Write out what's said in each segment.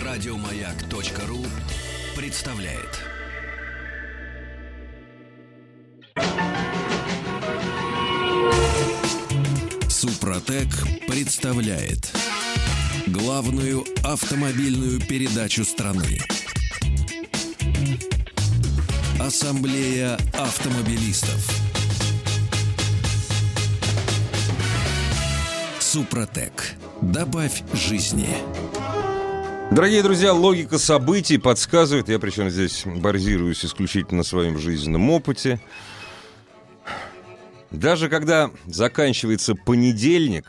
Радиомаяк.ру представляет. Супротек представляет главную автомобильную передачу страны. Ассамблея автомобилистов. Супротек. Добавь жизни. Дорогие друзья, логика событий подсказывает, я причем здесь базируюсь исключительно на своем жизненном опыте. Даже когда заканчивается понедельник,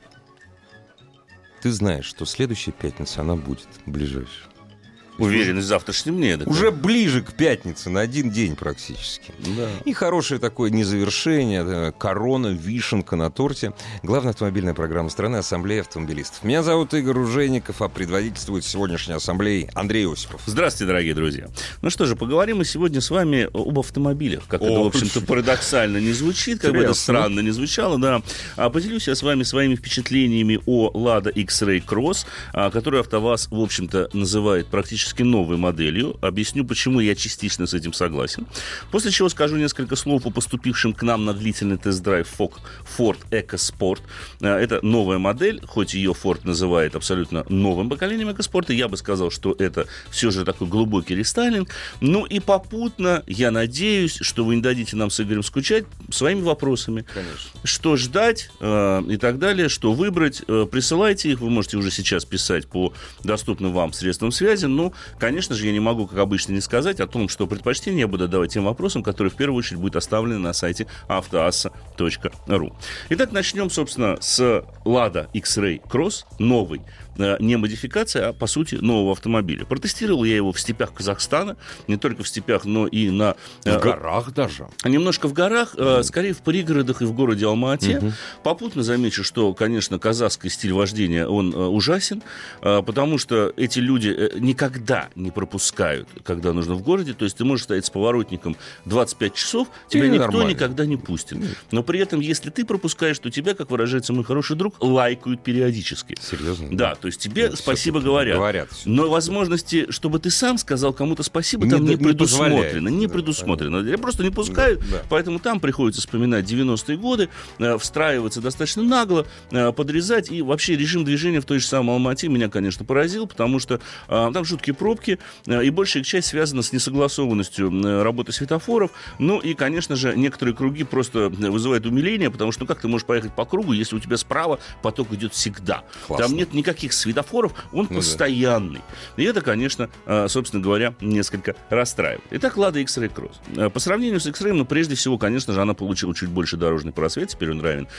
ты знаешь, что следующая пятница, она будет ближайшая. Уверенность в завтрашнем нет. Уже ближе к пятнице, на один день практически. Да. И хорошее такое незавершение, корона, вишенка на торте. Главная автомобильная программа страны «Ассамблея автомобилистов». Меня зовут Игорь Ружейников, а предводительствует сегодняшней ассамблеей Андрей Осипов. Здравствуйте, дорогие друзья. Ну что же, поговорим мы сегодня с вами об автомобилях. Как это, в общем-то, парадоксально не звучит, как бы это странно не звучало, да. Поделюсь я с вами своими впечатлениями о Lada X-Ray Cross, которую АвтоВАЗ, в общем-то, называет практически новой моделью. Объясню, почему я частично с этим согласен. После чего скажу несколько слов о поступившем к нам на длительный тест-драйв Ford EcoSport. Это новая модель, хоть ее Ford называет абсолютно новым поколением EcoSport, я бы сказал, что это все же такой глубокий рестайлинг. Ну и попутно, я надеюсь, что вы не дадите нам с Игорем скучать своими вопросами. Конечно. Что ждать и так далее, что выбрать. Присылайте их, вы можете уже сейчас писать по доступным вам средствам связи. Ну, конечно же, я не могу, как обычно, не сказать о том, что предпочтение я буду давать тем вопросам, которые в первую очередь будут оставлены на сайте автоасса.ру. Итак, начнем, собственно, с Lada X-Ray Cross, новый. Не модификация, а, по сути, нового автомобиля. Протестировал я его в степях Казахстана, не только в степях, но и на... В горах даже. Немножко в горах, скорее в пригородах и в городе Алма-Ате. Попутно замечу, что, конечно, казахский стиль вождения, он ужасен, потому что эти люди никогда не пропускают, когда нужно в городе. То есть ты можешь стоять с поворотником 25 часов, тебя никто нормально никогда не пустит. Но при этом, если ты пропускаешь, то тебя, как выражается мой хороший друг, лайкают периодически. Серьезно? Да, то есть тебе спасибо говорят. Но возможности, чтобы ты сам сказал кому-то спасибо, там не предусмотрено. Не предусмотрено. Я просто не пускают, поэтому там приходится вспоминать 90-е годы, встраиваться достаточно нагло, подрезать. И вообще режим движения в той же самой Алма-Ате меня, конечно, поразил, потому что там жуткие пробки, и большая их часть связана с несогласованностью работы светофоров. Ну и, конечно же, некоторые круги просто вызывают умиление, потому что как ты можешь поехать по кругу, если у тебя справа поток идет всегда. Классно. Там нет никаких светофоров, он постоянный. И это, конечно, собственно говоря, несколько расстраивает. Итак, Lada X-Ray Cross. По сравнению с X-Ray, ну, прежде всего, конечно же, она получила чуть больше дорожный просвет, теперь он равен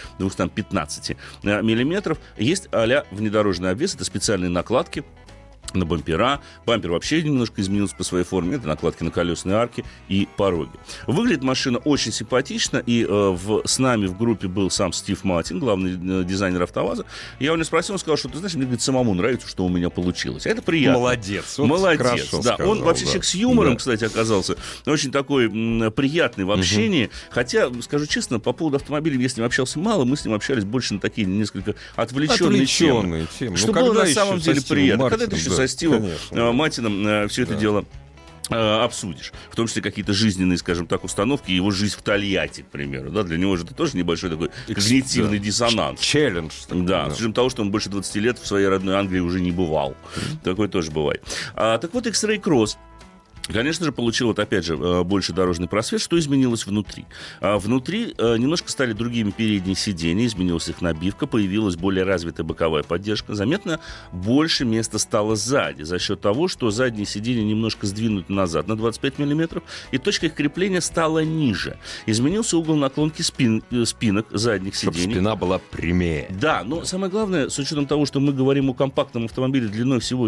215 миллиметров. Есть а-ля внедорожный обвес, это специальные накладки на бампера. Бампер вообще немножко изменился по своей форме. Это накладки на колесные арки и пороги. Выглядит машина очень симпатично. И с нами в группе был сам Стив Маттин, главный дизайнер АвтоВАЗа. Я у него спросил, он сказал, что, ты знаешь, мне говорит, самому нравится, что у меня получилось. Это приятно. Молодец. Вот молодец. Да. Сказал, он вообще человек с юмором, кстати, оказался. Очень такой приятный в общении. Хотя, скажу честно, по поводу автомобилей я с ним общался мало. Мы с ним общались больше на такие несколько отвлеченные темы. Что было на самом деле приятно. Когда ты еще со Стивом Маттином все это дело обсудишь. В том числе какие-то жизненные, скажем так, установки, его жизнь в Тольятти, к примеру. Да, для него же это тоже небольшой такой когнитивный диссонанс. Челлендж. Да, с учетом того, что он больше 20 лет в своей родной Англии уже не бывал. Такое тоже бывает. Так вот, X-Ray Cross, конечно же, получил, вот опять же, больше дорожный просвет. Что изменилось внутри? Внутри немножко стали другими передние сиденья, изменилась их набивка, появилась более развитая боковая поддержка. Заметно больше места стало сзади, за счет того, что задние сиденья немножко сдвинуты назад на 25 мм, и точка их крепления стала ниже. Изменился угол наклонки спинок задних сидений. Чтобы спина была прямее. Да, но самое главное, с учетом того, что мы говорим о компактном автомобиле длиной всего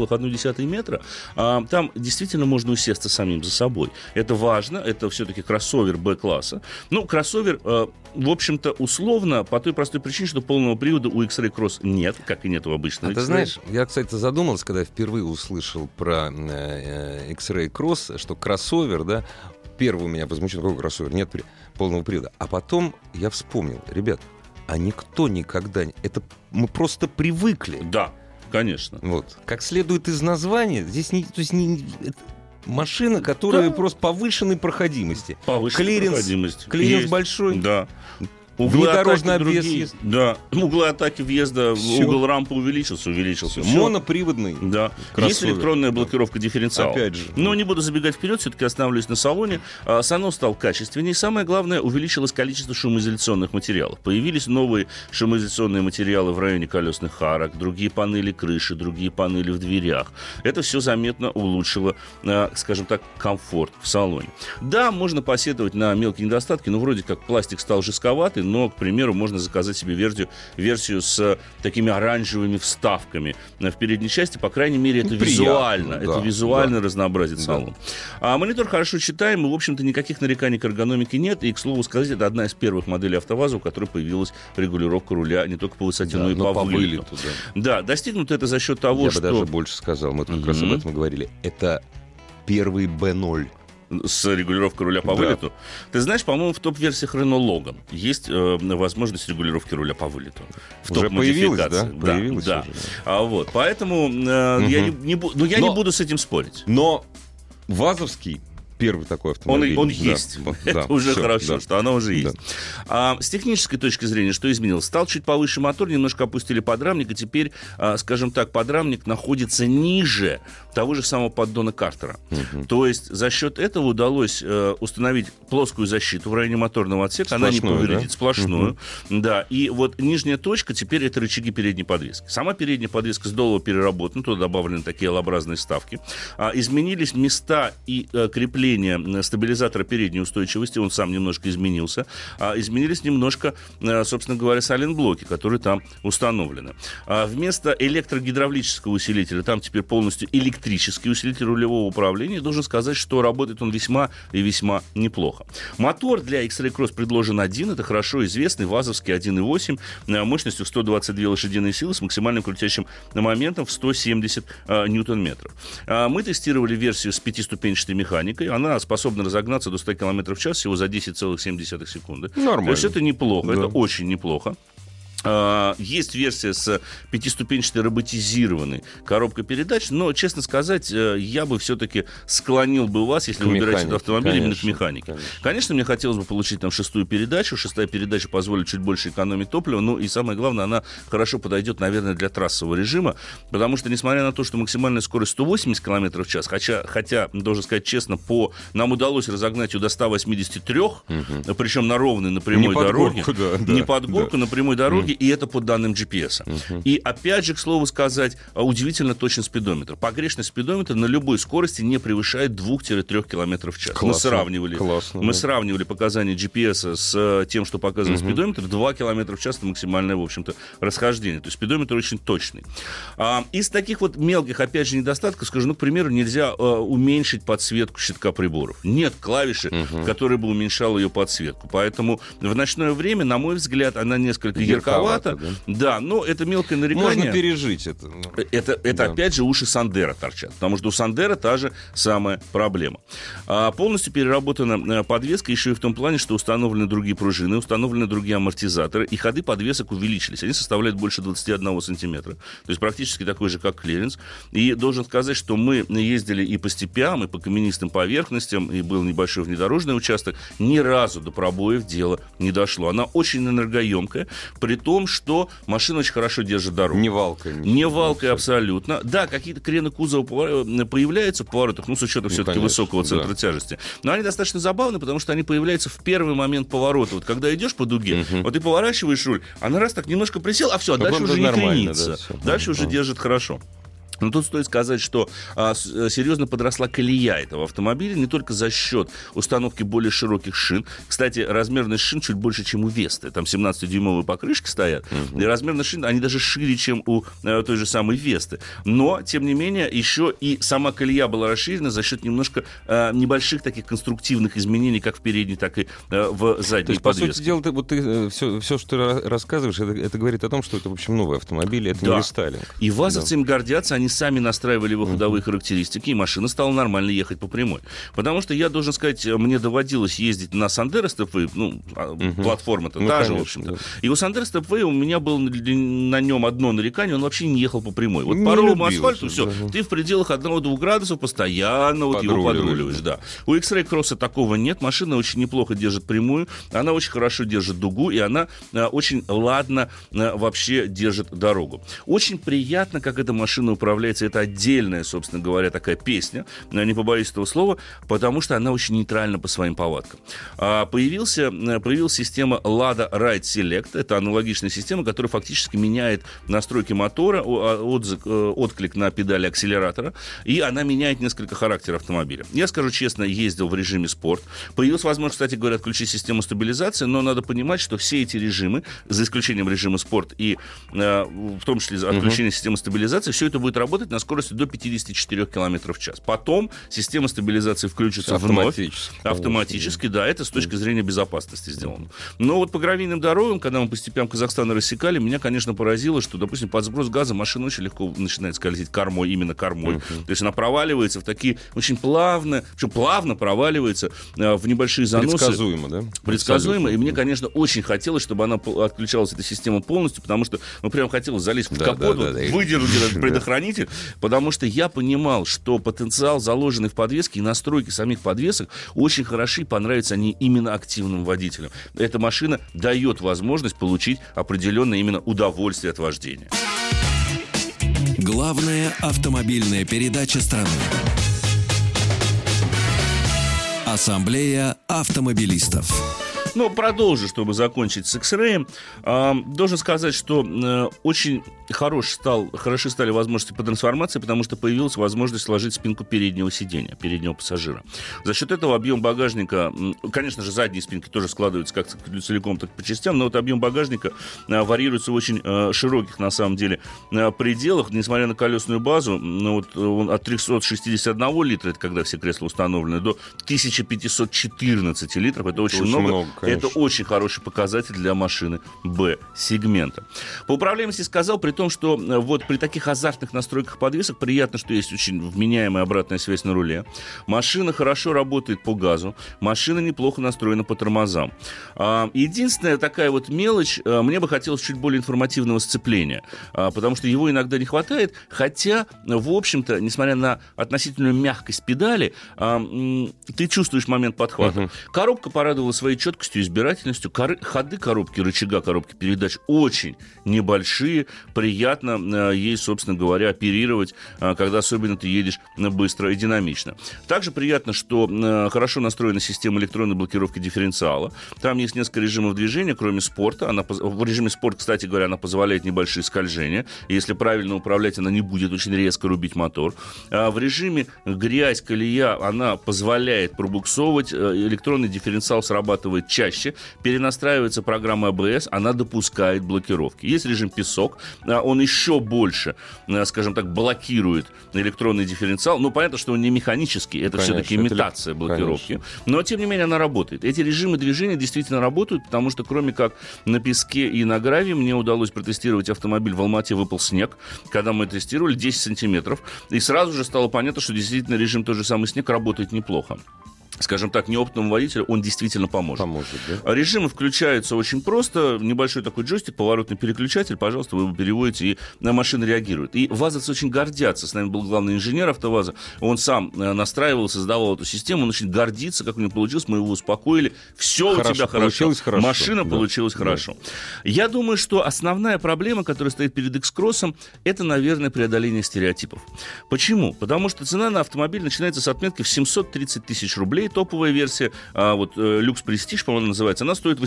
4,1 метра, там действительно можно усесться самим за собой. Это важно, это все-таки кроссовер Б-класса. Ну, кроссовер, в общем-то, условно, по той простой причине, что полного привода у X-Ray Cross нет, как и нет у обычного X-Ray. Ты знаешь, я, кстати, задумался, когда я впервые услышал про X-Ray Cross, что кроссовер, да, первый у меня возмущен, какой кроссовер, нет полного привода. А потом я вспомнил, ребят, а никто никогда... Это мы просто привыкли. Да. конечно. Вот. Как следует из названия, здесь машина, которая просто повышенной проходимости. Клиренс большой. Да. Внедорожный обвес есть. Да. Углы атаки въезда, угол рампы увеличился. Моноприводный. Да. Есть электронная блокировка дифференциала. Опять же. Но не буду забегать вперед, все-таки останавливаюсь на салоне. Салон стал качественнее. Самое главное, увеличилось количество шумоизоляционных материалов. Появились новые шумоизоляционные материалы в районе колесных арок, другие панели крыши, другие панели в дверях. Это все заметно улучшило, скажем так, комфорт в салоне. Да, можно посетовать на мелкие недостатки, но вроде как пластик стал жестковатый, но, к примеру, можно заказать себе версию с такими оранжевыми вставками в передней части. По крайней мере, это визуально разнообразит салон. Монитор хорошо читаем, и, в общем-то, никаких нареканий к эргономике нет. И, к слову сказать, это одна из первых моделей АвтоВАЗа, у которой появилась регулировка руля не только по высоте, но и по вылету. Да, достигнуто это за счет того, что... Я бы даже больше сказал, мы как раз об этом и говорили. Это первый B0. С регулировкой руля по вылету. Ты знаешь, по-моему, в топ-версиях Renault Logan есть возможность регулировки руля по вылету. В топ-модификации. Появилась, да. Вот. Поэтому я не буду с этим спорить. Но ВАЗовский первый такой автомобиль. Он есть. Это уже хорошо, что оно уже есть. С технической точки зрения, что изменилось? Стал чуть повыше мотор, немножко опустили подрамник, и теперь, скажем так, подрамник находится ниже того же самого поддона картера. То есть за счет этого удалось установить плоскую защиту в районе моторного отсека. Она не повредит, сплошную. Да, и вот нижняя точка теперь это рычаги передней подвески. Сама передняя подвеска здорово переработана, туда добавлены такие L-образные вставки. Изменились места и крепления стабилизатора передней устойчивости, он сам немножко изменился. Изменились немножко, собственно говоря, сайлент-блоки, которые там установлены. Вместо электрогидравлического усилителя там теперь полностью электрический усилитель рулевого управления. Должен сказать, что работает он весьма и весьма неплохо. Мотор для X-Ray Cross предложен один. Это хорошо известный ВАЗовский 1.8 мощностью в 122 лошадиные силы с максимальным крутящим моментом в 170 ньютон-метров. Мы тестировали версию с 5-ступенчатой механикой. Она способна разогнаться до 100 км в час всего за 10,7 секунды. Нормально. То есть это неплохо, это очень неплохо. Есть версия с 5-ступенчатой роботизированной коробкой передач, но, честно сказать, я бы все-таки склонил бы вас, если вы выбираете этот автомобиль, именно к механике. Конечно, мне хотелось бы получить там 6-ю передачу. 6-я передача позволит чуть больше экономить топливо, ну и самое главное, она хорошо подойдет, наверное, для трассового режима, потому что, несмотря на то, что максимальная скорость 180 км в час, хотя должен сказать честно, нам удалось разогнать ее до 183, причем на ровной, на прямой дороге. Не под горку, на прямой дороге. И это по данным GPS. И опять же, к слову сказать, удивительно точен спидометр. Погрешность спидометра на любой скорости не превышает 2-3 км в час. Мы сравнивали показания GPS с тем, что показывает спидометр. 2 км в час это максимальное, в общем-то, расхождение. То есть спидометр очень точный. Из таких вот мелких, опять же, недостатков, скажу, к примеру, нельзя уменьшить подсветку щитка приборов. Нет клавиши, которая бы уменьшала ее подсветку. Поэтому в ночное время, на мой взгляд, она несколько ярковата. Да, но это мелкое нарекание. Можно пережить это. Это опять же уши Сандеро торчат, потому что у Сандеро та же самая проблема. Полностью переработана подвеска еще и в том плане, что установлены другие пружины, установлены другие амортизаторы, и ходы подвесок увеличились. Они составляют больше 21 сантиметра. То есть практически такой же, как клиренс. И должен сказать, что мы ездили и по степям, и по каменистым поверхностям, и был небольшой внедорожный участок. Ни разу до пробоев дело не дошло. Она очень энергоемкая, при том, что машина очень хорошо держит дорогу. Не валкая. Не валкая абсолютно. Да, какие-то крены кузова появляются в поворотах, с учетом все-таки высокого центра тяжести. Но они достаточно забавны, потому что они появляются в первый момент поворота. Вот когда идешь по дуге, вот ты поворачиваешь руль, она раз так немножко присел, а все, дальше уже не кренится. Дальше уже держит хорошо. Но тут стоит сказать, что серьезно подросла колея этого автомобиля не только за счет установки более широких шин. Кстати, размерность шин чуть больше, чем у Весты. Там 17-дюймовые покрышки стоят. И размерность шин, они даже шире, чем у той же самой Весты. Но, тем не менее, еще и сама колея была расширена за счет немножко небольших таких конструктивных изменений, как в передней, так и в задней подвеске. По сути дела, ты все, что ты рассказываешь, это говорит о том, что это, в общем, новый автомобиль, это не рестайлинг. И вазовцы им гордятся, они они сами настраивали его ходовые характеристики, и машина стала нормально ехать по прямой. Потому что я должен сказать, мне доводилось ездить на Sandero Stepway, платформа-то та же, в общем-то. Да. И у Sandero Stepway у меня было на нем одно нарекание, он вообще не ехал по прямой. Вот по ровному асфальту все, ты в пределах 1-2 градусов постоянно вот его подруливаешь. Да. У X-Ray Cross такого нет, машина очень неплохо держит прямую, она очень хорошо держит дугу, и она очень ладно вообще держит дорогу. Очень приятно, как эта машина управляется, это отдельная, собственно говоря, такая песня, не побоюсь этого слова, потому что она очень нейтральна по своим повадкам. Появилась система Lada Ride Select, это аналогичная система, которая фактически меняет настройки мотора, отклик на педали акселератора, и она меняет несколько характеров автомобиля. Я скажу честно, ездил в режиме спорт. Появилась возможность, кстати говоря, отключить систему стабилизации, но надо понимать, что все эти режимы, за исключением режима спорт и в том числе отключение системы стабилизации, все это будет работать на скорости до 54 км в час. Потом система стабилизации включится автоматически, да, это с точки зрения безопасности сделано. Но вот по гравийным дорогам, когда мы по степям Казахстана рассекали, меня, конечно, поразило, что, допустим, под сброс газа машина очень легко начинает скользить кормой, именно кормой. То есть она проваливается в такие очень плавно проваливается в небольшие заносы. Предсказуемо, да? Предсказуемо. И мне, конечно, очень хотелось, чтобы она отключалась, эта система, полностью, потому что прям хотелось залезть в капот, выдернуть этот предохранитель, потому что я понимал, что потенциал, заложенный в подвеске, и настройки самих подвесок очень хороши, понравятся они именно активным водителям. Эта машина дает возможность получить определенное именно удовольствие от вождения. Главная автомобильная передача страны. Ассамблея автомобилистов. Ну, продолжу, чтобы закончить с X-Ray. Должен сказать, что очень хороши стали возможности по трансформации, потому что появилась возможность сложить спинку переднего сиденья, переднего пассажира. За счет этого объем багажника, конечно же, задние спинки тоже складываются как целиком, так по частям, но вот объем багажника варьируется в очень широких, на самом деле, пределах, несмотря на колесную базу. Вот он от 361 литра, это когда все кресла установлены, до 1514 литров. Это очень много. Это очень хороший показатель для машины Б-сегмента. По управляемости сказал, при том, что вот при таких азартных настройках подвесок приятно, что есть очень вменяемая обратная связь на руле. Машина хорошо работает по газу. Машина неплохо настроена по тормозам. Единственная такая вот мелочь, мне бы хотелось чуть более информативного сцепления, потому что его иногда не хватает, хотя, в общем-то, несмотря на относительную мягкость педали, ты чувствуешь момент подхвата. Коробка порадовала своей четкостью, избирательностью. Ходы коробки, рычага коробки передач очень небольшие. Приятно ей, собственно говоря, оперировать, когда особенно ты едешь быстро и динамично. Также приятно, что хорошо настроена система электронной блокировки дифференциала. Там есть несколько режимов движения, кроме спорта. В режиме спорт, кстати говоря, она позволяет небольшие скольжения. Если правильно управлять, она не будет очень резко рубить мотор. В режиме грязь, колея она позволяет пробуксовывать. Электронный дифференциал срабатывает чаще, перенастраивается программа АБС, она допускает блокировки. Есть режим песок, он еще больше, скажем так, блокирует электронный дифференциал. Ну, понятно, что он не механический, это все-таки имитация блокировки. Но, тем не менее, она работает. Эти режимы движения действительно работают, потому что, кроме как на песке и на гравии, мне удалось протестировать автомобиль. В Алмате выпал снег. Когда мы тестировали, 10 сантиметров. И сразу же стало понятно, что действительно режим тот же самый снег работает неплохо. Скажем так, неопытному водителю он действительно поможет. Да? Режимы включаются очень просто. Небольшой такой джойстик, поворотный переключатель. Пожалуйста, вы его переводите, и машина реагирует. И вазовцы очень гордятся. С нами был главный инженер АвтоВАЗа. Он сам настраивал, создавал эту систему. Он очень гордится, как у него получилось. Мы его успокоили. Все у тебя хорошо. Машина получилась хорошо. Я думаю, что основная проблема, которая стоит перед X-Cross'ом, это, наверное, преодоление стереотипов. Почему? Потому что цена на автомобиль начинается с отметки в 730 тысяч рублей. Топовая версия, люкс Prestige, по-моему, называется, она стоит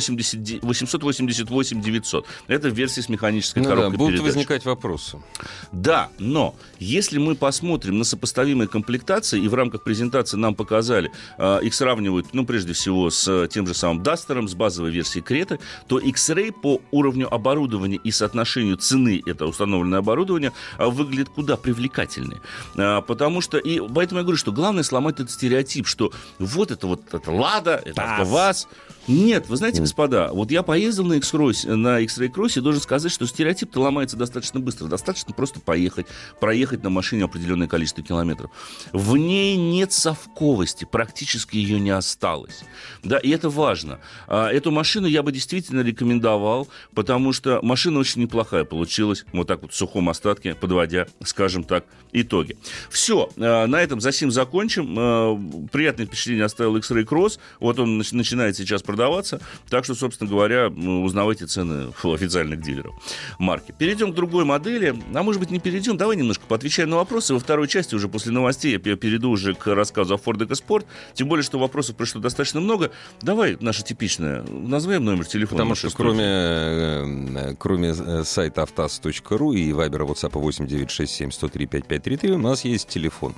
888 900. Это версия с механической коробкой передач. Будут возникать вопросы. Да, но если мы посмотрим на сопоставимые комплектации, и в рамках презентации нам показали, их сравнивают, прежде всего, с тем же самым Дастером, с базовой версией Креты, то X-Ray по уровню оборудования и соотношению цены, это установленное оборудование, выглядит куда привлекательнее. Потому что, и поэтому я говорю, что главное сломать этот стереотип, что что вот это «Лада», это АвтоВАЗ. Нет, вы знаете, господа, вот я поездил на X-Ray Cross и должен сказать, что стереотип-то ломается достаточно быстро. Достаточно просто проехать на машине определенное количество километров. В ней нет совковости, практически ее не осталось. Да, и это важно. Эту машину я бы действительно рекомендовал, потому что машина очень неплохая получилась, вот так вот в сухом остатке, подводя, скажем так, итоги. Все, на этом засим закончим. Приятное впечатление оставил X-Ray Cross. Вот он начинает сейчас продаваться. Так что, собственно говоря, узнавайте цены у официальных дилеров марки. Перейдем к другой модели. А может быть, не перейдем. Давай немножко поотвечаем на вопросы. Во второй части, уже после новостей, я перейду уже к рассказу о Ford EcoSport. Тем более, что вопросов пришло достаточно много. Давай наше типичное. Назовем номер телефона. Потому что кроме сайта автаз.ру и вайбера, ватсапа 89671035533 у нас есть телефон.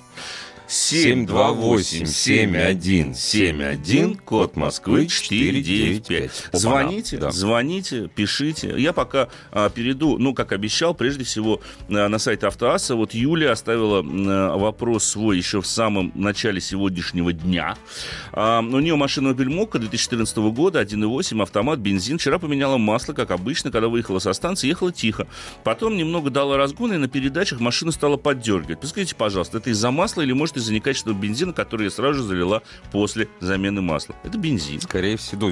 728-7171, код Москвы 495. Звоните, пишите. Я пока перейду, как обещал, прежде всего на сайт Автоаса. Вот Юлия оставила вопрос свой еще в самом начале сегодняшнего дня. У нее машина Opel Mokka 2014 года, 1.8, автомат, бензин. Вчера поменяла масло, как обычно, когда выехала со станции, ехала тихо. Потом немного дала разгон, и на передачах машину стала поддергивать. Подскажите, пожалуйста, это из-за масла или, может, из-за некачественного бензина, который я сразу же залила после замены масла? Это бензин. Скорее всего,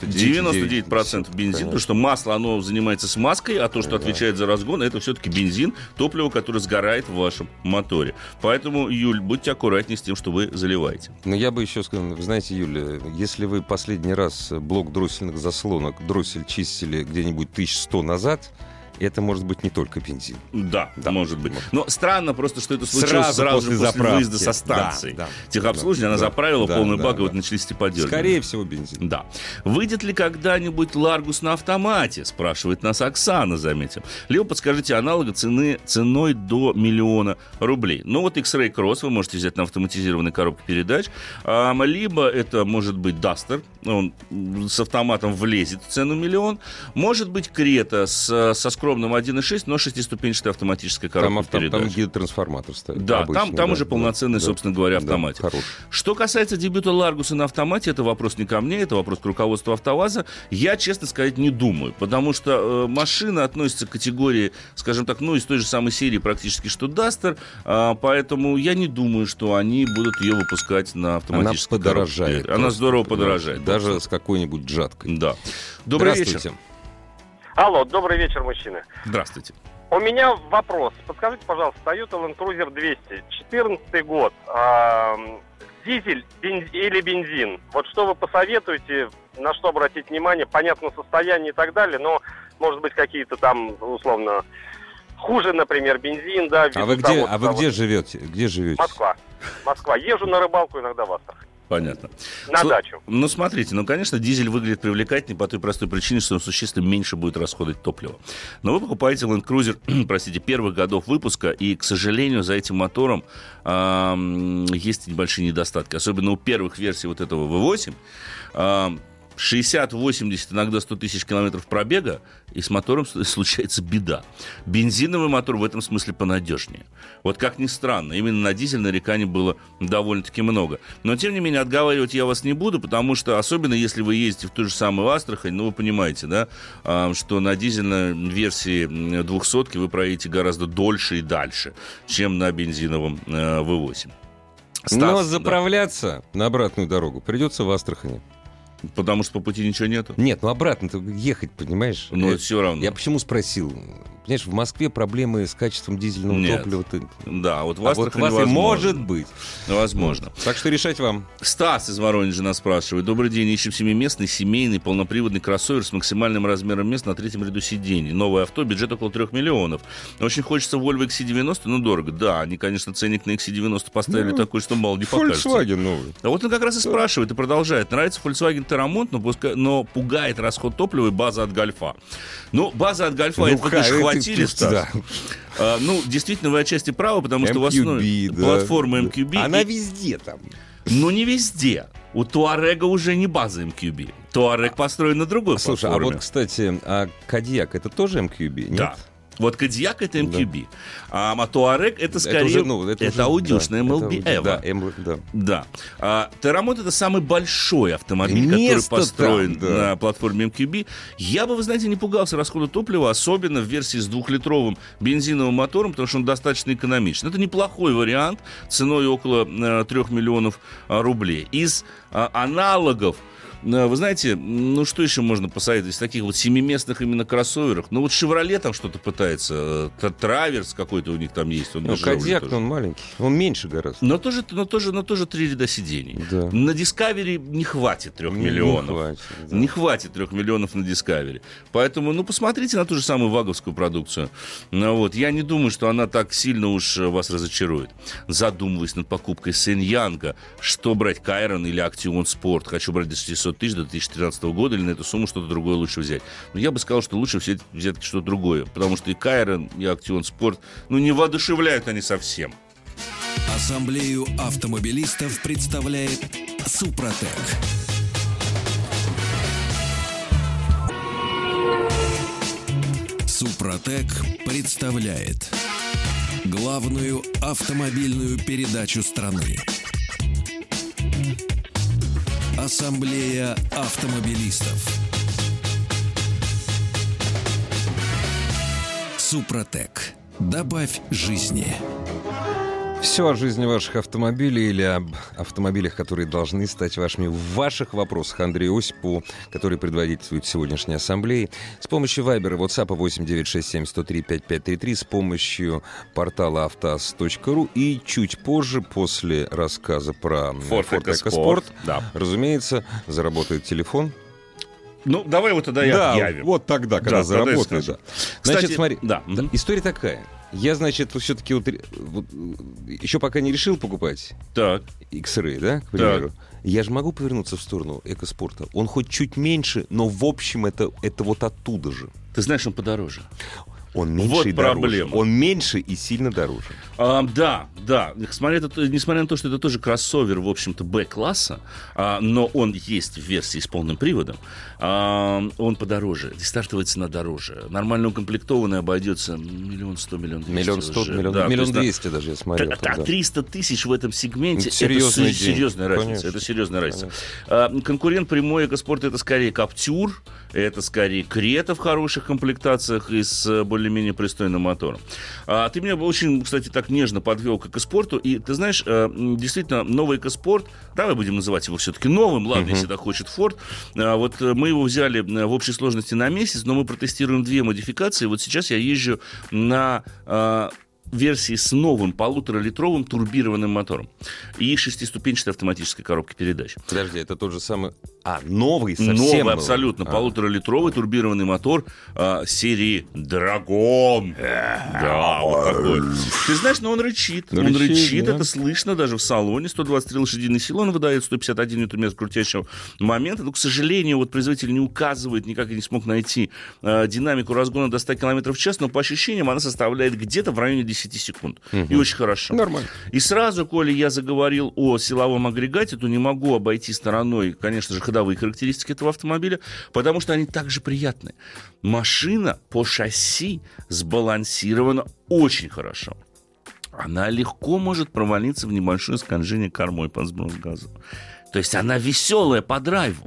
99% бензин, потому что масло, оно занимается смазкой, а то, что отвечает за разгон, это все-таки бензин, топливо, которое сгорает в вашем моторе. Поэтому, Юль, будьте аккуратнее с тем, что вы заливаете. Но я бы еще сказал, вы знаете, Юля, если вы последний раз блок дроссельных заслонок, дроссель чистили где-нибудь 1100 назад, это может быть не только бензин. Да, может быть. Но странно просто, что это случилось сразу после выезда со станции. Техобслуживание, она заправила полный бак, и вот начались поддержки. Скорее всего, бензин. Да. Выйдет ли когда-нибудь Ларгус на автомате? Спрашивает нас Оксана, заметим. Либо подскажите аналога ценой до 1 000 000 рублей. Вот X-Ray Cross вы можете взять на автоматизированной коробке передач. Либо это может быть Duster. Он с автоматом влезет в цену 1 000 000. Может быть Крета со скромным 1.6, но 6-ступенчатая автоматическая коробка передач. Там гидротрансформатор стоит. Да, обычный, там уже полноценный, собственно говоря, автоматик. Что касается дебюта Ларгуса на автомате, это вопрос не ко мне, это вопрос к руководству АвтоВАЗа. Я, честно сказать, не думаю, потому что машина относится к категории, скажем так, из той же самой серии практически, что Duster, поэтому я не думаю, что они будут ее выпускать на автоматической коробке. Она подорожает. Она здорово подорожает. Даже с какой-нибудь жаткой. Да. Добрый вечер. Алло, добрый вечер, мужчины. Здравствуйте. У меня вопрос. Подскажите, пожалуйста, Toyota Land Cruiser 200, 14 год, дизель или бензин? Вот что вы посоветуете, на что обратить внимание? Понятно, состояние и так далее, но, может быть, какие-то там, условно, хуже, например, бензин, да. А вы где живете? Где живете? Москва. Езжу на рыбалку иногда в Астрахань. Понятно. На дачу. Смотрите, конечно, дизель выглядит привлекательнее по той простой причине, что он существенно меньше будет расходовать топливо. Но вы покупаете Land Cruiser, первых годов выпуска, и, к сожалению, за этим мотором есть небольшие недостатки. Особенно у первых версий вот этого V8. 60, 80, иногда 100 тысяч километров пробега, и с мотором случается беда. Бензиновый мотор в этом смысле понадежнее. Вот как ни странно, именно на дизель нареканий было довольно-таки много. Но, тем не менее, отговаривать я вас не буду, потому что, особенно если вы ездите в ту же самую Астрахань, вы понимаете, да, что на дизельной версии 200-ки вы проедете гораздо дольше и дальше, чем на бензиновом V8. Но заправляться на обратную дорогу придется в Астрахани. Потому что по пути ничего нету? Нет, обратно-то ехать, понимаешь? Но все равно. Я почему спросил? Понимаешь, в Москве проблемы с качеством дизельного топлива. Да, вот в Астрахани возможно. Может быть. Возможно. Так что решать вам. Стас из Воронежа нас спрашивает. Добрый день, ищем семиместный, семейный, полноприводный кроссовер с максимальным размером мест на 3-м ряду сидений. Новое авто, бюджет около 3 миллионов. Очень хочется Volvo XC90, но дорого. Да, они, конечно, ценник на XC90 поставили такой, что мало не покажется. Volkswagen новый. А вот он как раз и спрашивает, и продолжает. Нравится Volkswagen Terramont, но пугает расход топлива и база от Гольфа. База от Гольфа, это вы, конечно, хватили, Стас. Да. Действительно, вы отчасти правы, потому что в основе платформа MQB... Она везде там. Но не везде. У Туарега уже не база MQB. Туарег построен на другой платформе. Слушай, а вот, кстати, Кодиак это тоже MQB, нет? Да. Вот Кодиак — это MQB, а Туарек — это скорее... Это аудюшная MLB Evo. Да. Террамонт — это самый большой автомобиль, который построен на платформе MQB. Я бы, вы знаете, не пугался расхода топлива, особенно в версии с 2-литровым бензиновым мотором, потому что он достаточно экономичен. Это неплохой вариант ценой около 3 миллионов рублей. Из аналогов, вы знаете, ну что еще можно посоветовать из таких вот 7-местных именно кроссоверах? Ну вот «Шевроле» там что-то пытается, «Траверс» какой-то у них там есть. «Кодиак», он маленький, он меньше гораздо. Но тоже 3 ряда сидений. Да. На «Дискавери» не хватит 3 миллионов. Не хватит 3 миллионов на «Дискавери». Поэтому, посмотрите на ту же самую ваговскую продукцию. Я не думаю, что она так сильно уж вас разочарует. Задумываясь над покупкой Сэньянга, что брать, Кайрон или Актион Спорт? Хочу брать до 600 тысяч до 2013 года, или на эту сумму что-то другое лучше взять. Но я бы сказал, что лучше взять что-то другое, потому что и Кайрон, и Актион Спорт, не воодушевляют они совсем. Ассамблею автомобилистов представляет Супротек. Супротек представляет главную автомобильную передачу страны. Ассамблея автомобилистов. Супротек. Добавь жизни. Все о жизни ваших автомобилей или об автомобилях, которые должны стать вашими, в ваших вопросах Андрею Осипову, который предводительствует сегодняшней ассамблеи. С помощью Вайбера, WhatsApp 8-967-103-5533, с помощью портала автоаз.ру и чуть позже, после рассказа про Ford EcoSport, разумеется, заработает телефон. Давай вот тогда и объявим. Вот тогда, когда заработает. Да. Значит, смотри, история такая. Я, все-таки еще пока не решил покупать X-Ray, да, к примеру. Я же могу повернуться в сторону экоспорта. Он хоть чуть меньше, но в общем это вот оттуда же. Ты знаешь, он подороже. Он меньше и дороже. Он меньше и сильно дороже. Да. Несмотря на то, что это тоже кроссовер, в общем-то, Б-класса, но он есть в версии с полным приводом, он подороже. Стартовая цена дороже. Нормально укомплектованный обойдется 1 100 000 1 200 000. 1 200 000 даже, я смотрел. 300 тысяч в этом сегменте — это серьезная разница. Это серьезная разница. Конкурент прямой экоспорта — это скорее Каптюр, это скорее Крета в хороших комплектациях и с более-менее пристойным мотором. Ты меня очень, кстати, так нежно подвел к экоспорту. И ты знаешь, действительно, новый экоспорт, давай будем называть его все-таки новым, ладно, если так хочет Ford. Вот мы его взяли в общей сложности на месяц, но мы протестируем 2 модификации. Вот сейчас я езжу на версии с новым 1,5-литровым турбированным мотором и 6-ступенчатой автоматической коробкой передач. Подожди, это тот же самый... новый совсем? Новый, абсолютно. 1,5-литровый турбированный мотор серии Драгон. Да, вот такой. Ты знаешь, но он рычит. Он рычит, да. Это слышно даже в салоне. 123 лошадиные силы он выдает, 151 ньютон-метр крутящего момента. Но, к сожалению, производитель не указывает, никак не смог найти динамику разгона до 100 км в час, но по ощущениям она составляет где-то в районе 10 секунд. И очень хорошо. Нормально. И сразу, коли я заговорил о силовом агрегате, то не могу обойти стороной, конечно же, ходовые характеристики этого автомобиля, потому что они также приятны. Машина по шасси сбалансирована очень хорошо. Она легко может провалиться в небольшое скольжение кормой под сброс газа. То есть она веселая по драйву.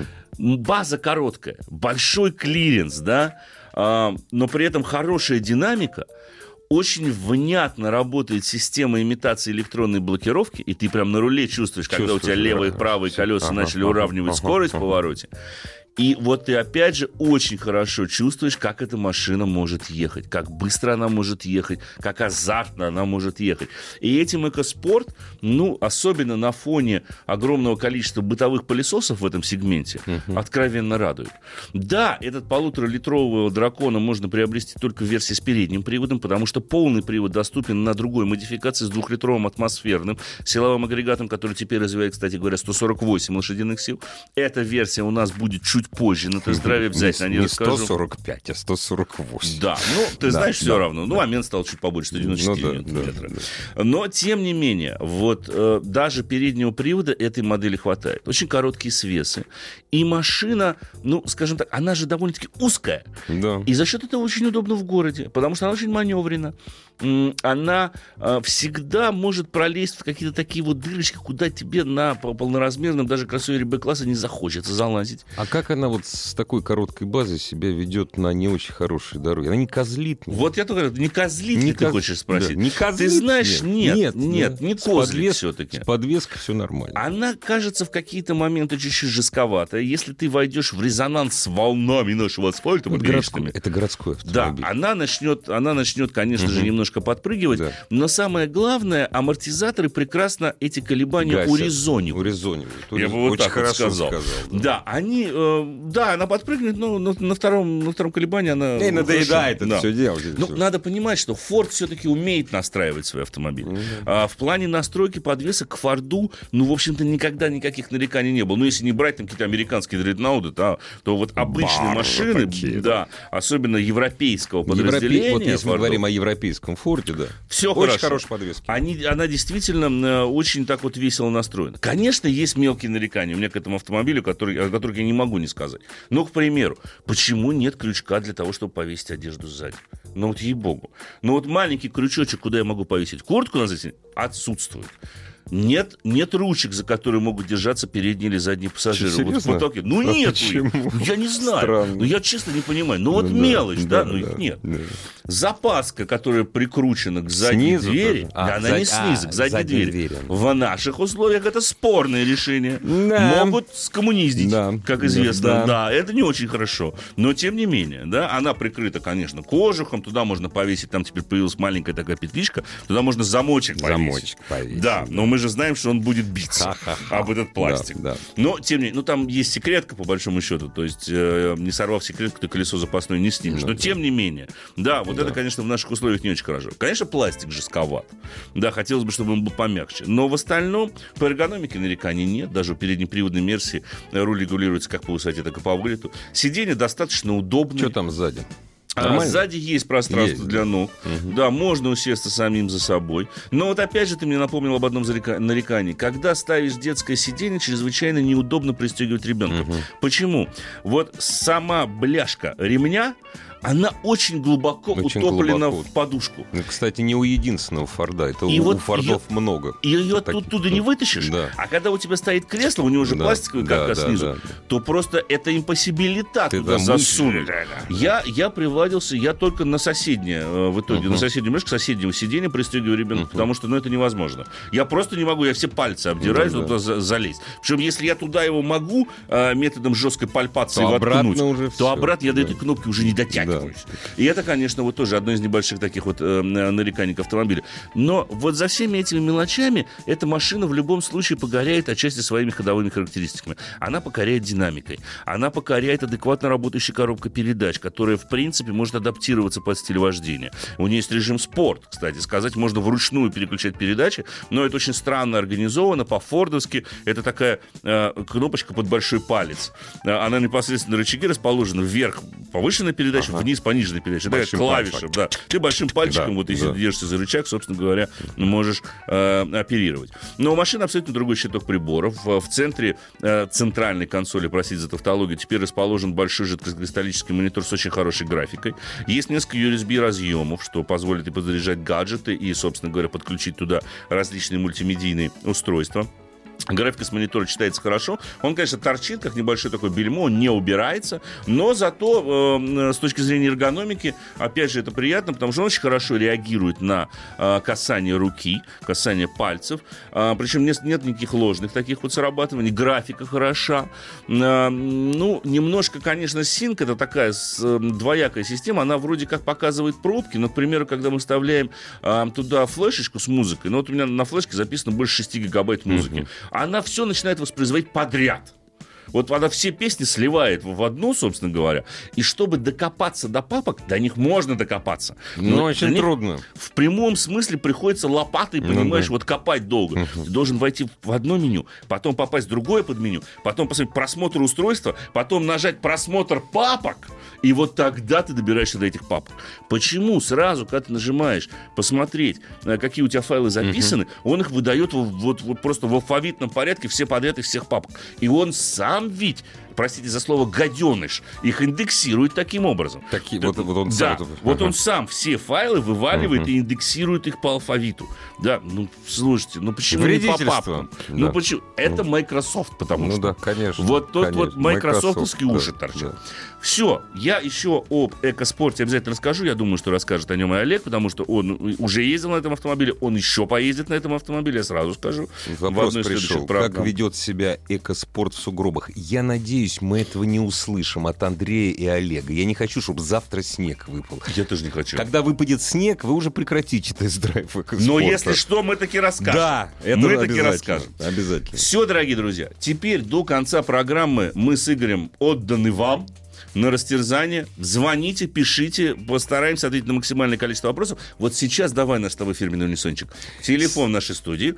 База короткая, большой клиренс, да, но при этом хорошая динамика. Очень внятно работает система имитации электронной блокировки, и ты прям на руле чувствуешь, когда у тебя левые и правые колеса начали уравнивать скорость в повороте. И вот ты опять же очень хорошо чувствуешь, как эта машина может ехать, как быстро она может ехать, как азартно она может ехать. И этим экоспорт, особенно на фоне огромного количества бытовых пылесосов в этом сегменте, откровенно радует. Да, этот 1,5-литрового дракона можно приобрести только в версии с передним приводом, потому что полный привод доступен на другой модификации с 2-литровым атмосферным силовым агрегатом, который теперь развивает, кстати говоря, 148 лошадиных сил. Эта версия у нас будет чуть чуть позже на тест-драйве взять, на ней расскажу. Не 145, а 148. Да, ну, ты знаешь, все равно. Ну, а момент стал чуть побольше, 194 ньютон-метра. Но, тем не менее, вот даже переднего привода этой модели хватает. Очень короткие свесы. И машина, ну, скажем так, она же довольно-таки узкая. Да. И за счет этого очень удобно в городе, потому что она очень маневрена. Она всегда может пролезть в какие-то такие вот дырочки, куда тебе на полноразмерном даже кроссовере Б-класса не захочется залазить. А как она вот с такой короткой базой себя ведет на не очень хорошей дороге? Она не козлит? Вот я только говорю, не козлит ли ты хочешь спросить? Да. Не козлит? Ты знаешь, нет, не козлит все-таки. С подвеской все нормально. Она кажется в какие-то моменты чуть-чуть жестковатая. Если ты войдешь в резонанс с волнами нашего асфальта, это городской автомобиль. Да, она начнет, конечно же, немножко подпрыгивать, да. Но самое главное, амортизаторы прекрасно эти колебания урезонивают. Я бы вот так вот сказал. Да, она подпрыгнет, но на втором колебании она... Ей надоедает это все делать. Ну, надо понимать, что Ford все-таки умеет настраивать свой автомобиль. В плане настройки подвеса к Форду, ну, в общем-то, никогда никаких нареканий не было. Ну, если не брать там какие-то американские дредноуты, то вот обычные машины, да, особенно европейского подразделения. Вот если мы говорим о европейском Форде, да. Все очень хорошая подвеска. Она действительно очень так вот весело настроена. Конечно, есть мелкие нарекания у меня к этому автомобилю, о которых я не могу не сказать. Ну, к примеру, почему нет крючка для того, чтобы повесить одежду сзади? Ну, вот ей-богу. Ну, вот маленький крючочек, куда я могу повесить куртку на задней, отсутствует. Нет ручек, за которые могут держаться передние или задние пассажиры. Вот в потоке. Ну, нет. Я не знаю. Странно. Ну, я честно не понимаю. Ну, вот мелочь, да? Ну, их нет. Запаска, которая прикручена к задней двери, она не снизу, к задней двери. В наших условиях это спорное решение. Могут скоммуниздить, как известно. Да, это не очень хорошо. Но, тем не менее, да, она прикрыта, конечно, кожухом. Туда можно повесить, там теперь появилась маленькая такая петличка. Туда можно замочек повесить. Да, но мы же знаем, что он будет биться об этот пластик. Да. Но, тем не менее, там есть секретка, по большому счету. То есть, не сорвав секретку, ты колесо запасное не снимешь. Но, тем не менее, да, вот это, конечно, в наших условиях не очень хорошо. Конечно, пластик жестковат. Да, хотелось бы, чтобы он был помягче. Но в остальном, по эргономике нареканий нет. Даже у переднеприводной Мерси руль регулируется как по высоте, так и по вылету. Сиденье достаточно удобное. Что там сзади? Сзади есть пространство для ног. Да, можно усесться самим за собой. Но вот опять же ты мне напомнил об одном нарекании. Когда ставишь детское сиденье, чрезвычайно неудобно пристегивать ребенка. Почему? Вот сама бляшка ремня, она очень глубоко утоплена в подушку. Кстати, не у единственного Форда. Это у Фордов много. И ее оттуда не вытащишь. Да. А когда у тебя стоит кресло, у него уже пластиковый каркас снизу, то просто это импосибилита туда засунуть. Я приводился, я только на соседнее, в итоге, на соседнюю мышку соседнего сиденья пристегиваю ребенка, потому что, это невозможно. Я просто не могу, я все пальцы обдираю, чтобы туда залезть. Причем, если я туда его могу методом жесткой пальпации воткнуть, то обратно я до этой кнопки уже не дотягиваю. И это, конечно, вот тоже одно из небольших таких вот нареканий к автомобилю. Но вот за всеми этими мелочами эта машина в любом случае покоряет отчасти своими ходовыми характеристиками. Она покоряет динамикой. Она покоряет адекватно работающей коробкой передач, которая, в принципе, может адаптироваться под стиль вождения. У нее есть режим спорт, кстати сказать. Можно вручную переключать передачи, но это очень странно организовано, по-фордовски. Это такая кнопочка под большой палец. Она непосредственно на рычаге расположена. Вверх повышенная передача, вниз пониженная передача. Это клавиша. Да. Ты большим пальчиком, если держишься за рычаг, собственно говоря, можешь оперировать. Но у машины абсолютно другой щиток приборов. В центре центральной консоли, простите за тавтологию, теперь расположен большой жидкокристаллический монитор с очень хорошей графикой. Есть несколько USB-разъемов, что позволит и подзаряжать гаджеты, и, собственно говоря, подключить туда различные мультимедийные устройства. Графика с монитора читается хорошо. Он, конечно, торчит, как небольшое такое бельмо, он не убирается, но зато с точки зрения эргономики, опять же, это приятно, потому что он очень хорошо реагирует на касание руки, касание пальцев. Причем нет никаких ложных таких вот срабатываний. Графика хороша. Немножко, конечно, Sync, это такая двоякая система, она вроде как показывает пробки, но, к примеру, когда мы вставляем туда флешечку с музыкой, вот у меня на флешке записано больше 6 гигабайт музыки, она все начинает воспроизводить подряд. Вот она все песни сливает в одну, собственно говоря. И чтобы докопаться до папок, до них можно докопаться. Но очень трудно. В прямом смысле приходится лопатой, понимаешь, вот копать долго. Ты должен войти в одно меню, потом попасть в другое подменю, потом посмотреть просмотр устройства, потом нажать просмотр папок, и вот тогда ты добираешься до этих папок. Почему сразу, когда ты нажимаешь посмотреть, какие у тебя файлы записаны, он их выдает вот просто в алфавитном порядке все подряд из всех папок. И он сам ведь, простите за слово, гаденыш, их индексирует таким образом. Он сам все файлы вываливает и индексирует их по алфавиту. Да, ну, слушайте, ну почему не по папкам? Да. Ну почему? Это Microsoft, потому что. Да, конечно. Вот тот вот майкрософтовские уши торчат. Все, я еще об экоспорте обязательно расскажу. Я думаю, что расскажет о нем и Олег, потому что он уже ездил на этом автомобиле, он еще поездит на этом автомобиле, я сразу скажу. Вопрос пришел, как ведет себя экоспорт в сугробах? Я надеюсь, мы этого не услышим от Андрея и Олега. Я не хочу, чтобы завтра снег выпал. Я тоже не хочу. Когда выпадет снег, вы уже прекратите тест-драйв экоспорта. Но если что, мы таки расскажем. Да, это мы таки расскажем. Обязательно. Все, дорогие друзья, теперь до конца программы мы с Игорем отданы вам на растерзание. Звоните, пишите, постараемся ответить на максимальное количество вопросов. Вот сейчас давай наш с тобой фирменный унисончик. Телефон нашей студии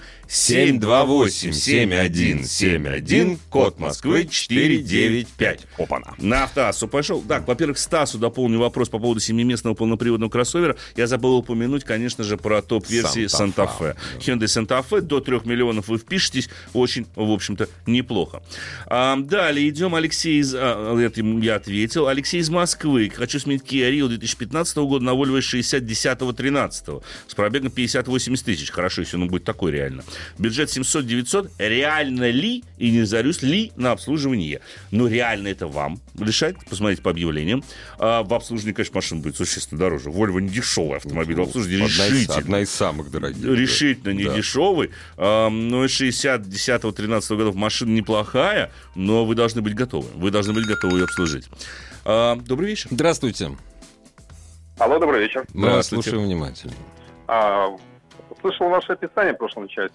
728-7171, код Москвы 495. Опа-на. На Автоассу пошел. Так, во-первых, Стасу дополню вопрос по поводу 7-местного полноприводного кроссовера. Я забыл упомянуть, конечно же, про топ-версии Santa Fe. Hyundai Santa Fe, до 3 миллионов вы впишетесь. Очень, в общем-то, неплохо. Далее идем. Алексей из... я ответил. Алексей из Москвы. Хочу сменить Kia Rio 2015 года на Volvo S60 10-13 с пробегом 50-80 тысяч. Хорошо, если он будет такой реально. Бюджет 700-900. Реально ли и не зарюсь ли на обслуживание? Ну, реально это вам решать. Посмотрите по объявлениям. В обслуживании, конечно, машина будет существенно дороже. Volvo не дешевый автомобиль. В обслуживании решительно. Одна из самых дорогих. Решительно не дешевый. Но S60 10-13 годов машина неплохая, но вы должны быть готовы. Вы должны быть готовы ее обслужить. Добрый вечер. Здравствуйте. Алло, добрый вечер. Мы вас слушаем внимательно. Слышал ваше описание в прошлом части.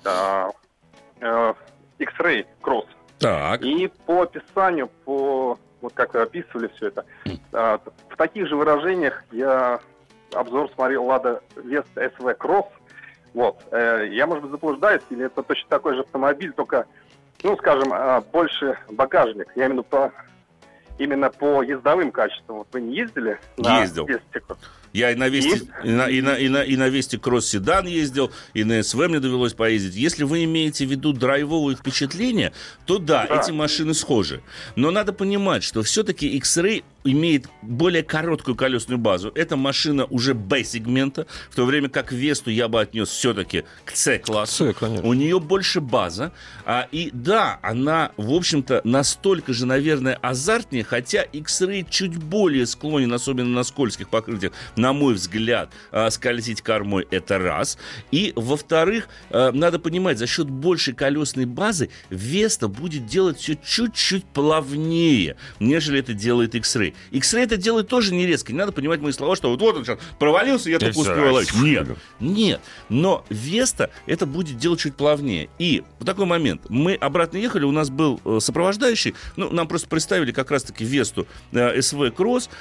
X-Ray Cross. Так. И по описанию, вот как вы описывали все это, в таких же выражениях я обзор смотрел Lada Vesta SV Cross. Вот. Я, может быть, заблуждаюсь, или это точно такой же автомобиль, только, ну, скажем, больше багажник. Я именно по ездовым качествам. Вот вы не ездили? Ездил. Я и на Весте Кросс седан ездил, и на СВ мне довелось поездить. Если вы имеете в виду драйвовые впечатления, то да, эти машины схожи. Но надо понимать, что все-таки X-Ray имеет более короткую колесную базу. Это машина уже B-сегмента, в то время как Весту я бы отнес все-таки к C-классу. У нее больше база. И да, она, в общем-то, настолько же, наверное, азартнее, хотя X-Ray чуть более склонен, особенно на скользких покрытиях, на мой взгляд, скользить кормой, это раз. И, во-вторых, надо понимать, за счет большей колесной базы Веста будет делать все чуть-чуть плавнее, нежели это делает X-Ray. X-Ray это делает тоже не резко. Не надо понимать мои слова, что вот он сейчас провалился, я только успеваю ловить. Нет. Но Веста это будет делать чуть плавнее. И в такой момент мы обратно ехали, у нас был сопровождающий, нам просто представили как раз-таки Весту SV Cross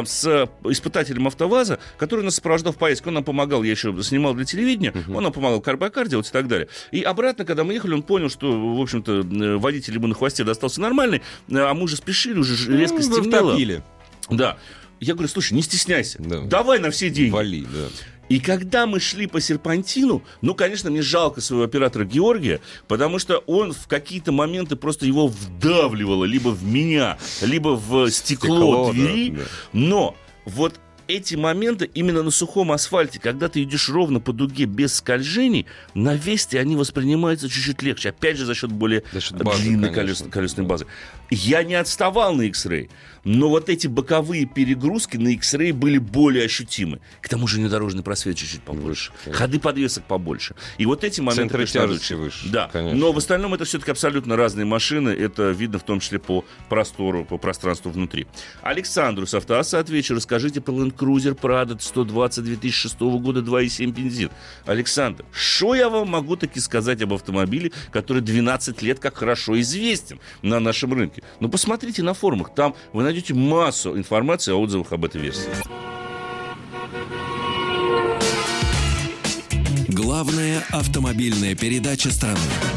с испытателем АвтоВАЗа, который нас сопровождал в поездке. Он нам помогал, я еще снимал для телевидения, он нам помогал кар-бай-кар делать и так далее. И обратно, когда мы ехали, он понял, что, в общем-то, водитель ему на хвосте достался нормальный, а мы уже спешили, уже резко стемнело. Да. Я говорю, слушай, не стесняйся, давай на все деньги. Вали, да. И когда мы шли по серпантину, конечно, мне жалко своего оператора Георгия, потому что он в какие-то моменты просто его вдавливало либо в меня, либо в стекло двери. Да. Но вот эти моменты именно на сухом асфальте, когда ты идешь ровно по дуге без скольжений, на Весте они воспринимаются чуть-чуть легче. Опять же, за счет более длинной колесной базы. Я не отставал на X-Ray, но вот эти боковые перегрузки на X-Ray были более ощутимы. К тому же внедорожный просвет чуть-чуть побольше. Ходы подвесок побольше. И вот эти моменты... Центры тяжести выше. Да, конечно. Но в остальном это все-таки абсолютно разные машины. Это видно в том числе по простору, по пространству внутри. Александру с Автоасса отвечу. Расскажите про Land Cruiser Prado 120 2006 года 2.7 бензин. Александр, что я вам могу таки сказать об автомобиле, который 12 лет как хорошо известен на нашем рынке? коробочки. Но посмотрите на форумах, там вы найдете массу информации о отзывах об этой версии. Главная автомобильная передача страны.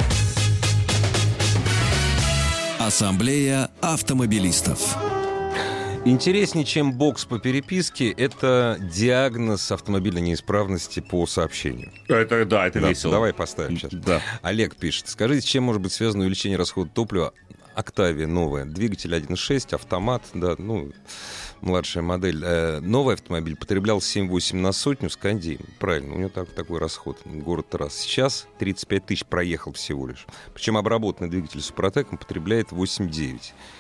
Ассамблея автомобилистов. Интереснее, чем бокс по переписке, это диагноз автомобильной неисправности по сообщению. Это весело. Давай поставим сейчас. Да. Олег пишет. Скажите, с чем может быть связано увеличение расхода топлива? Октавия новая. Двигатель 1.6, автомат, да, младшая модель. Новый автомобиль потреблял 7-8 на сотню с кондеем. Правильно, у него такой расход. Город раз. Сейчас 35 тысяч проехал всего лишь. Причем обработанный двигатель Супротеком потребляет 8-9.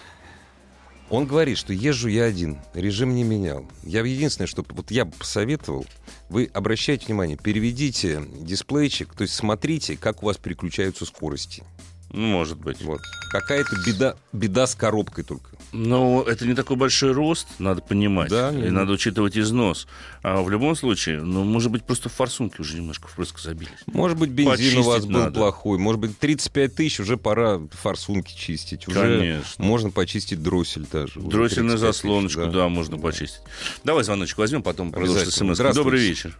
Он говорит, что езжу я один, режим не менял. Единственное, что я бы посоветовал, вы обращайте внимание, переведите дисплейчик, то есть смотрите, как у вас переключаются скорости. Может быть. Вот. Какая-то беда с коробкой только. Но это не такой большой рост, надо понимать. Да, и надо учитывать износ. А в любом случае, может быть, просто форсунки уже немножко впрыск забились. Может быть, бензин почистить у вас был плохой. Может быть, 35 тысяч, уже пора форсунки чистить. Уже конечно. Можно почистить дроссель даже. Дроссельную заслоночку, тысяч, да, можно почистить. Давай звоночек возьмем, потом продолжим смс. Добрый вечер.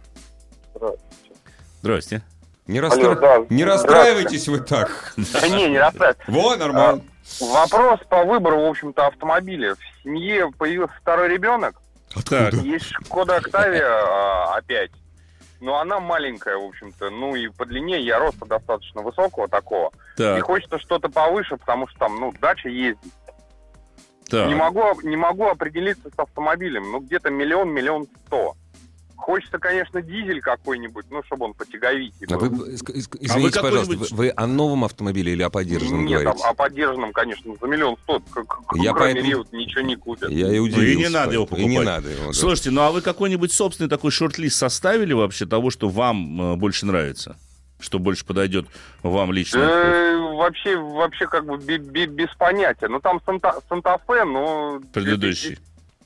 Здрасте. Не расстраивайтесь вы так. Не расстраивайтесь. Во, нормально. Вопрос по выбору, в общем-то, автомобиля. В семье появился второй ребенок. Откуда? Есть Шкода Октавия опять. Но она маленькая, в общем-то. И по длине я роста достаточно высокого такого. Так. И хочется что-то повыше, потому что там, дача ездить. Так. Не могу определиться с автомобилем. Где-то 1 100 000. Хочется, конечно, дизель какой-нибудь, чтобы он потяговитый был. Извините, пожалуйста, вы о новом автомобиле или о подержанном говорите? Нет, о подержанном, конечно, за 1 100 000. Кроме Рио ничего не купят. Я и удивился. И не надо его покупать. И не надо его, да. Слушайте, а вы какой-нибудь собственный такой шорт-лист составили вообще того, что вам больше нравится? Что больше подойдет вам лично? Вообще как бы без понятия. Там Санта-Фе, предыдущий.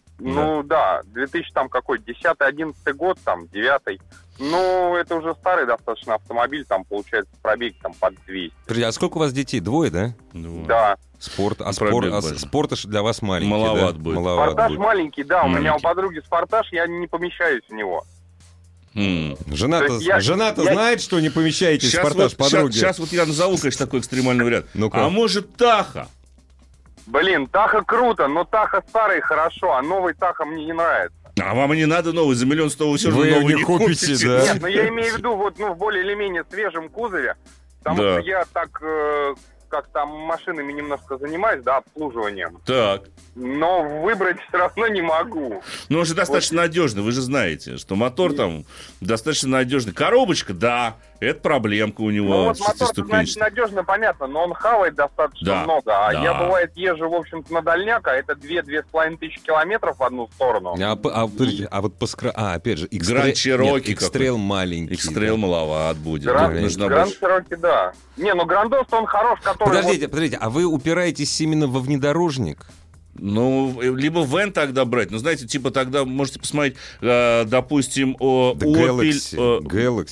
2000 там 10-11 год, 9-й. Это уже старый достаточно автомобиль, там получается пробег под 200. Подожди, а сколько у вас детей? 2, да? Да. Спорт для вас маленький, маловат да? Будет. Спортаж маленький, да. У меня у подруги Спортаж, я не помещаюсь в него. Жена-то знает, что не помещаетесь в Спортаж подруги? Сейчас я назову, конечно, такой экстремальный вариант. А может, Таха? Таха круто, но Таха старый хорошо, а новый Таха мне не нравится. А вам и не надо новый, за 1 100 000 вы все равно новый не купите. Да? Нет, я имею в виду в более или менее свежем кузове, потому что я так, как там машинами немножко занимаюсь, обслуживанием. Так. Но выбрать все равно не могу. Он же достаточно надежный, вы же знаете, что мотор там достаточно надежный. Коробочка, да, это проблемка у него. Мотор, значит, надежно, понятно, но он хавает достаточно много. Я, бывает, езжу, в общем-то, на дальняк, а это 2-2,5 тысячи километров в одну сторону. Опять же, Гранд Чироки. X-Trail маленький. X-Trail маловат будет. Гранд Чироки, да. Грандос, он хорош, который... Подождите, а вы упираетесь именно во внедорожник? Либо вен тогда брать. Знаете, тогда можете посмотреть, допустим, Opel...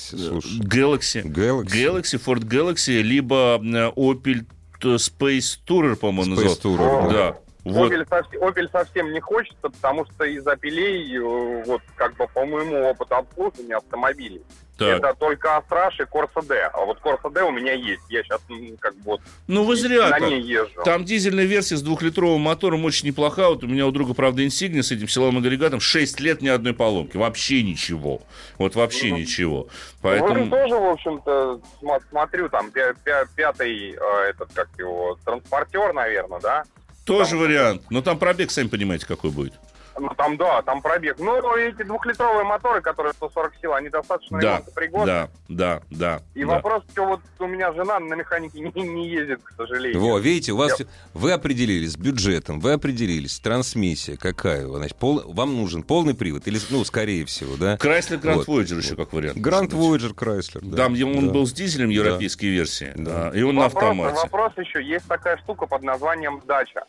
Galaxy, Ford Galaxy, либо Opel Space Tourer, по-моему, Space Tourer, да. Opel совсем не хочется, потому что из Опелей, по моему опыту обслуживания автомобилей, это только Astra и Corsa D. А Corsa D у меня есть. Я сейчас вы зря на ней езжу. Там дизельная версия с 2-литровым мотором очень неплохая. У меня у друга, правда, Insignia с этим силовым агрегатом 6 лет ни одной поломки. Вообще ничего. Вообще ничего. Поэтому... тоже, в общем-то, смотрю, там 5-й транспортер, наверное, да? Тоже вариант. Но там пробег, сами понимаете, какой будет. Там пробег. Эти 2-литровые моторы, которые 140 сил, они достаточно ремонтопригодны. Да. И вопрос, что у меня жена на механике не ездит, к сожалению. Видите, вы определились с бюджетом, вы определились, трансмиссия какая. Значит, вам нужен полный привод, или, скорее всего, да? Chrysler Grand Voyager еще как вариант. Grand Voyager Chrysler, да. Там он был с дизелем, европейские версии, и он на автомате. Вопрос еще, есть такая штука под названием дача.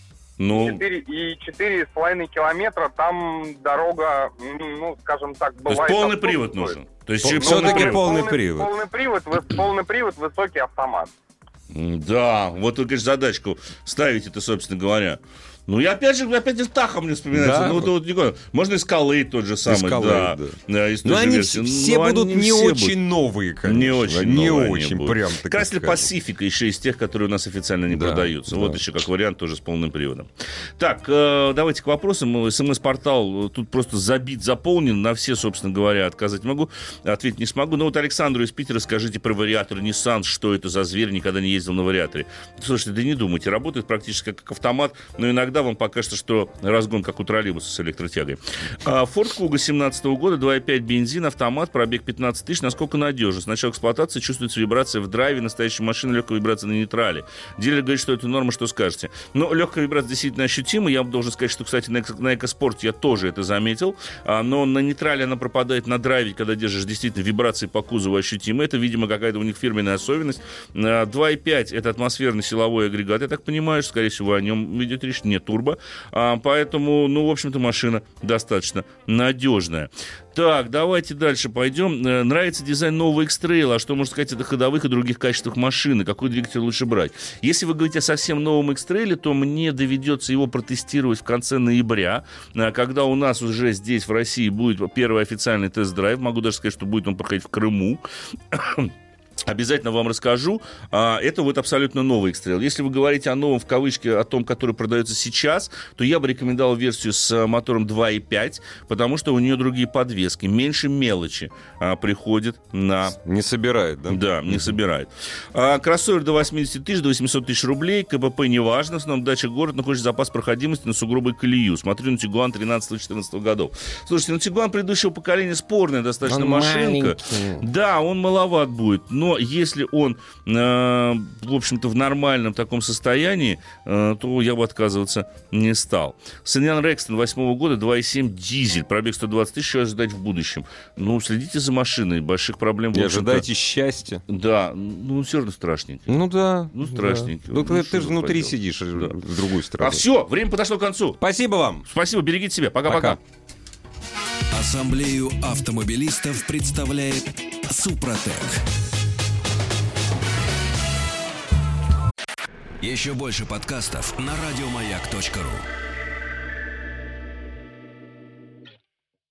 4,5 километра, там дорога, скажем так, бывает... То есть полный привод нужен? То есть все-таки полный привод. Полный привод, высокий автомат. Да, вот вы, конечно, задачку ставите-то, собственно говоря. Ну, и опять Таха мне вспоминается. Да? Ну, можно и Скалы тот же самый. Да. Но они все будут не очень новые, конечно. Не очень прям. Краслер Пасифика еще из тех, которые у нас официально не продаются. Вот еще как вариант тоже с полным приводом. Так, давайте к вопросам. СМС-портал тут просто заполнен. На все, собственно говоря, отказать могу. Ответить не смогу. Но вот Александру из Питера скажите про вариатор Nissan. Что это за зверь? Никогда не ездил на вариаторе. Слушайте, да не думайте. Работает практически как автомат, но иногда вам покажется, что разгон как у троллейбуса с электротягой. Ford Kuga 17 года, 2.5 бензин, автомат, пробег 15 тысяч. Насколько надежно? С начала эксплуатации чувствуется вибрация в драйве, настоящей машины, легкая вибрация на нейтрале. Дилер говорит, что это норма, что скажете? Но легкая вибрация действительно ощутима. Я должен сказать, что, кстати, на EcoSport я тоже это заметил. Но на нейтрале она пропадает, на драйве, когда держишь, действительно вибрации по кузову ощутимы. Это, видимо, какая-то у них фирменная особенность. 2.5 это атмосферный силовой агрегат. Я так понимаю, что, скорее всего, о нем идет речь. Нет турбо. Поэтому, в общем-то, машина достаточно надежная. Так, давайте дальше пойдем. Нравится дизайн нового X-Trail. А что можно сказать о ходовых и других качествах машины? Какой двигатель лучше брать? Если вы говорите о совсем новом X-Trail, то мне доведется его протестировать в конце ноября, когда у нас уже здесь, в России, будет первый официальный тест-драйв. Могу даже сказать, что будет он проходить в Крыму. Обязательно вам расскажу. Это вот абсолютно новый X-Trail. Если вы говорите о новом, в кавычке, о том, который продается сейчас, то я бы рекомендовал версию с мотором 2.5, потому что у нее другие подвески. Меньше мелочи приходит на... Не собирает, да? Да, не собирает. Кроссовер до 80 тысяч, до 800 тысяч рублей. КПП не важно. В основном дача город, но хочешь запас проходимости на сугробы колею. Смотрю на Тигуан 13-14 годов. Слушайте, Тигуан предыдущего поколения спорная достаточно машинка. Да, он маловат будет. Но если он, в общем-то, в нормальном таком состоянии, то я бы отказываться не стал. Синьян Рекстон 8 года, 2.7 дизель, пробег 120 тысяч, что ожидать в будущем. Следите за машиной, больших проблем. И ожидайте счастья. Да, все равно страшненько. Страшненько. Да. Ты же внутри сидишь, в другую сторону. Все, время подошло к концу. Спасибо вам. Спасибо, берегите себя. Пока-пока. Ассамблею автомобилистов представляет Супротек. Еще больше подкастов на радиомаяк.ру.